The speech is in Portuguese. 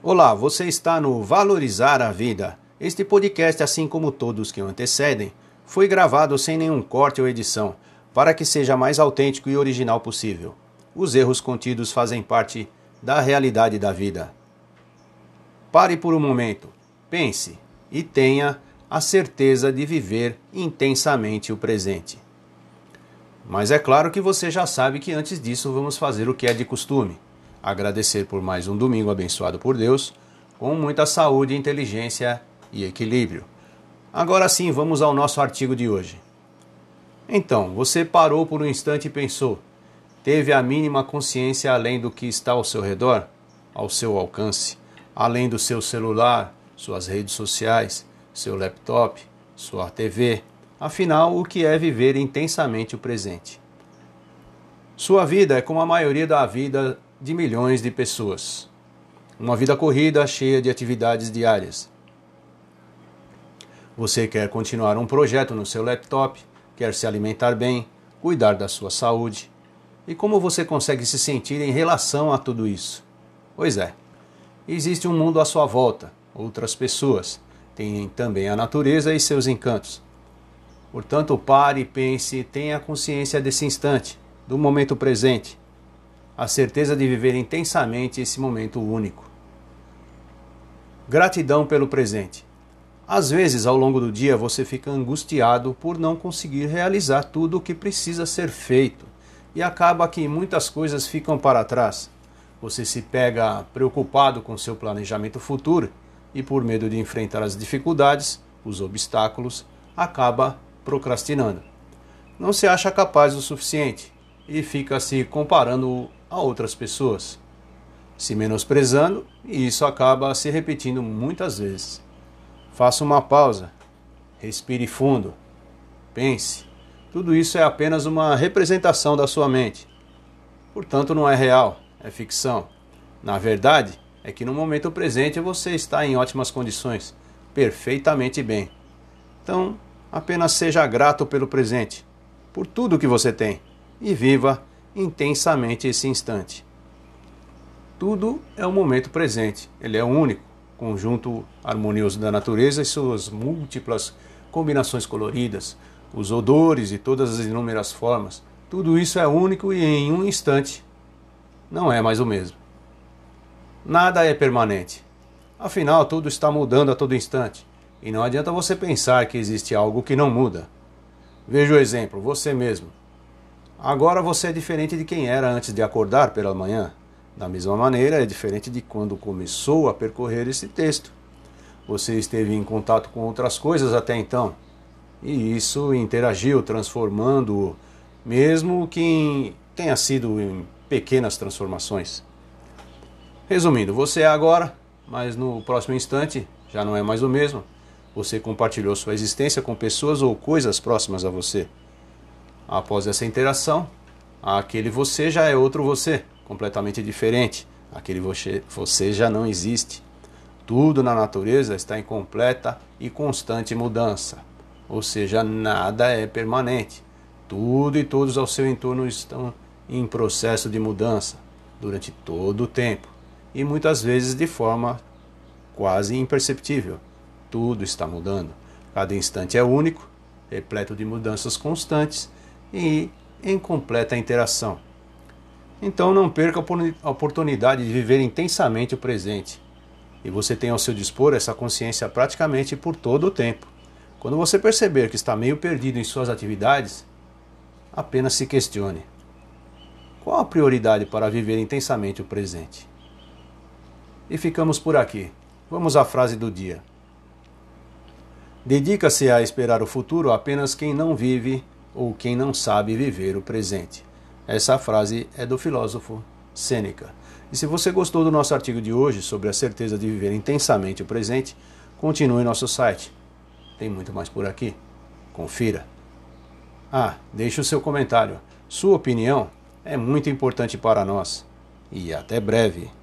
Olá, você está no Valorizar a Vida. Este podcast, assim como todos que o antecedem, foi gravado sem nenhum corte ou edição, para que seja mais autêntico e original possível. Os erros contidos fazem parte da realidade da vida. Pare por um momento, pense e tenha a certeza de viver intensamente o presente. Mas é claro que você já sabe que antes disso vamos fazer o que é de costume. Agradecer por mais um domingo abençoado por Deus, com muita saúde, inteligência e equilíbrio. Agora sim, vamos ao nosso artigo de hoje. Então, você parou por um instante e pensou, teve a mínima consciência além do que está ao seu redor, ao seu alcance, além do seu celular, suas redes sociais, seu laptop, sua TV. Afinal, o que é viver intensamente o presente? Sua vida é como a maioria da vida de milhões de pessoas. Uma vida corrida, cheia de atividades diárias. Você quer continuar um projeto no seu laptop, quer se alimentar bem, cuidar da sua saúde. E como você consegue se sentir em relação a tudo isso? Pois é, existe um mundo à sua volta, outras pessoas, tem também a natureza e seus encantos. Portanto, pare, pense, tenha consciência desse instante, do momento presente. A certeza de viver intensamente esse momento único. Gratidão pelo presente. Às vezes, ao longo do dia, você fica angustiado por não conseguir realizar tudo o que precisa ser feito e acaba que muitas coisas ficam para trás. Você se pega preocupado com seu planejamento futuro e, por medo de enfrentar as dificuldades, os obstáculos, acaba procrastinando. Não se acha capaz o suficiente e fica se comparando a outras pessoas, se menosprezando, e isso acaba se repetindo muitas vezes. Faça uma pausa, respire fundo, pense. Tudo isso é apenas uma representação da sua mente. Portanto, não é real, é ficção. Na verdade, é que no momento presente você está em ótimas condições, perfeitamente bem. Então, apenas seja grato pelo presente, por tudo que você tem, e viva intensamente esse instante. Tudo é o momento presente, ele é único, conjunto harmonioso da natureza e suas múltiplas combinações coloridas, os odores e todas as inúmeras formas. Tudo isso é único e em um instante não é mais o mesmo. Nada é permanente. Afinal, tudo está mudando a todo instante. E não adianta você pensar que existe algo que não muda. Veja o exemplo, você mesmo. Agora você é diferente de quem era antes de acordar pela manhã. Da mesma maneira, é diferente de quando começou a percorrer esse texto. Você esteve em contato com outras coisas até então. E isso interagiu, transformando-o, mesmo que tenha sido em pequenas transformações. Resumindo, você é agora, mas no próximo instante já não é mais o mesmo. Você compartilhou sua existência com pessoas ou coisas próximas a você. Após essa interação, aquele você já é outro você, completamente diferente. Aquele você já não existe. Tudo na natureza está em completa e constante mudança. Ou seja, nada é permanente. Tudo e todos ao seu entorno estão em processo de mudança durante todo o tempo. E muitas vezes de forma quase imperceptível. Tudo está mudando. Cada instante é único, repleto de mudanças constantes e em completa interação. Então não perca a oportunidade de viver intensamente o presente. E você tem ao seu dispor essa consciência praticamente por todo o tempo. Quando você perceber que está meio perdido em suas atividades, apenas se questione. Qual a prioridade para viver intensamente o presente? E ficamos por aqui. Vamos à frase do dia. Dedica-se a esperar o futuro apenas quem não vive ou quem não sabe viver o presente. Essa frase é do filósofo Sêneca. E se você gostou do nosso artigo de hoje sobre a certeza de viver intensamente o presente, continue em nosso site. Tem muito mais por aqui. Confira. Deixe o seu comentário. Sua opinião é muito importante para nós. E até breve.